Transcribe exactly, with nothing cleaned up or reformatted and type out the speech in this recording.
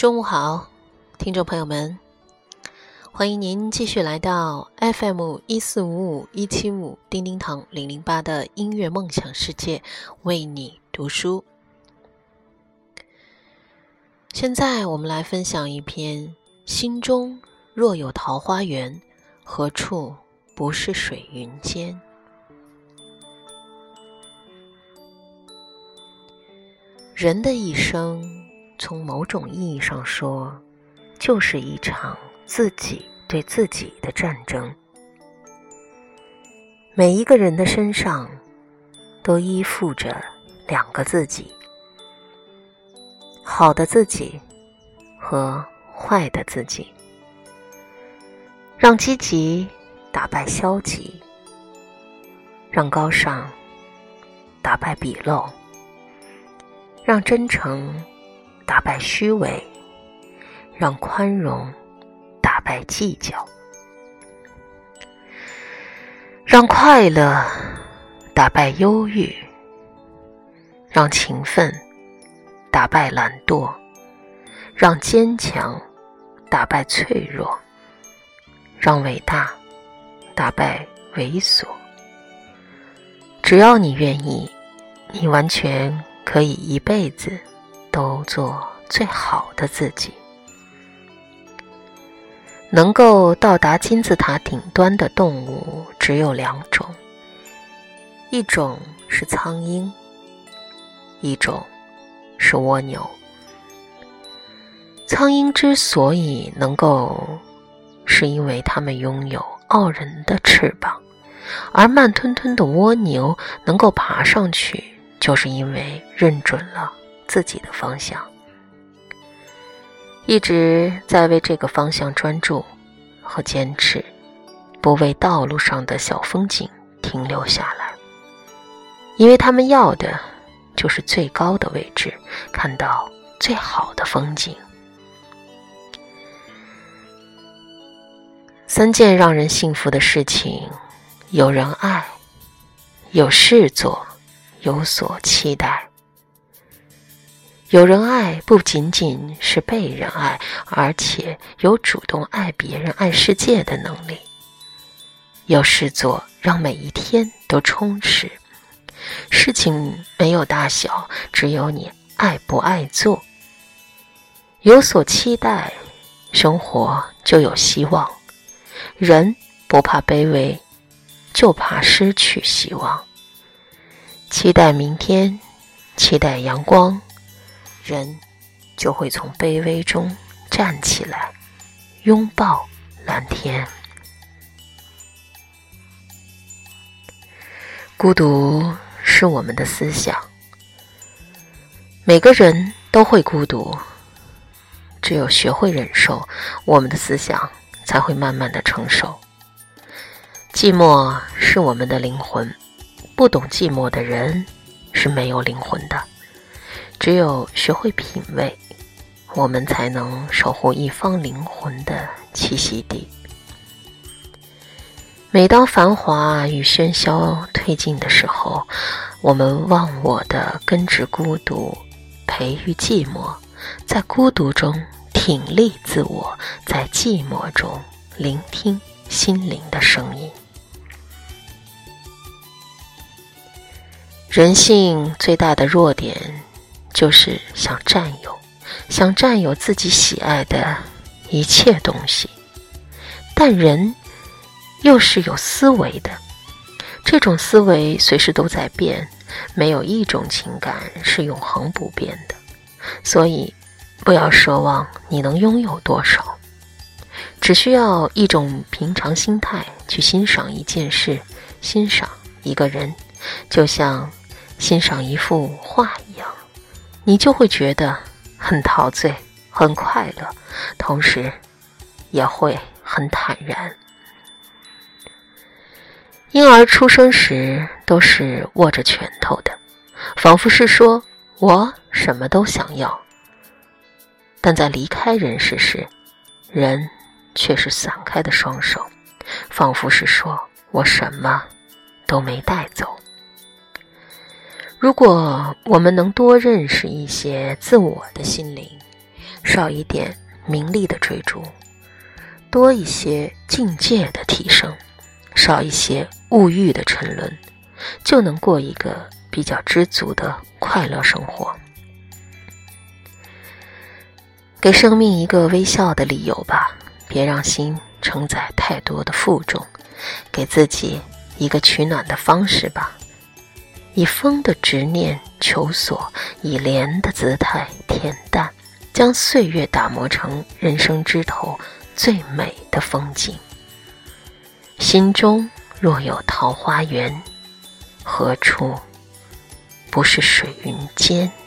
中午好，听众朋友们，欢迎您继续来到 F M 一四五五一七五叮叮堂零零八的音乐梦想世界，为你读书。现在我们来分享一篇心中若有桃花源，何处不是水云间。人的一生，从某种意义上说，就是一场自己对自己的战争。每一个人的身上都依附着两个自己，好的自己和坏的自己。让积极打败消极，让高尚打败鄙陋，让真诚打败虚伪，让宽容打败计较，让快乐打败忧郁，让勤奋打败懒惰，让坚强打败脆弱，让伟大打败猥琐。只要你愿意，你完全可以一辈子都做最好的自己。能够到达金字塔顶端的动物只有两种，一种是苍鹰，一种是蜗牛。苍鹰之所以能够，是因为它们拥有傲人的翅膀，而慢吞吞的蜗牛能够爬上去，就是因为认准了自己的方向，一直在为这个方向专注和坚持，不为道路上的小风景停留下来，因为他们要的就是最高的位置，看到最好的风景。三件让人幸福的事情：有人爱，有事做，有所期待。有人爱不仅仅是被人爱，而且有主动爱别人、爱世界的能力。有事做，让每一天都充实。事情没有大小，只有你爱不爱做。有所期待，生活就有希望。人不怕卑微，就怕失去希望。期待明天，期待阳光，人就会从卑微中站起来，拥抱蓝天。孤独是我们的思想，每个人都会孤独，只有学会忍受，我们的思想才会慢慢的成熟。寂寞是我们的灵魂，不懂寂寞的人是没有灵魂的。只有学会品味，我们才能守护一方灵魂的栖息地。每当繁华与喧嚣推进的时候，我们忘我的根植孤独，培育寂寞，在孤独中挺立自我，在寂寞中聆听心灵的声音。人性最大的弱点就是想占有，想占有自己喜爱的一切东西。但人又是有思维的，这种思维随时都在变，没有一种情感是永恒不变的。所以不要奢望你能拥有多少，只需要一种平常心态去欣赏一件事，欣赏一个人，就像欣赏一幅画一样，你就会觉得很陶醉，很快乐，同时也会很坦然。婴儿出生时都是握着拳头的，仿佛是说我什么都想要，但在离开人世时，人却是散开的双手，仿佛是说我什么都没带走。如果我们能多认识一些自我的心灵， 少一点名利的追逐，多一些境界的提升，少一些物欲的沉沦，就能过一个比较知足的快乐生活。给生命一个微笑的理由吧，别让心承载太多的负重，给自己一个取暖的方式吧，以风的执念求索，以莲的姿态恬淡，将岁月打磨成人生枝头最美的风景。心中若有桃花源，何处不是水云间？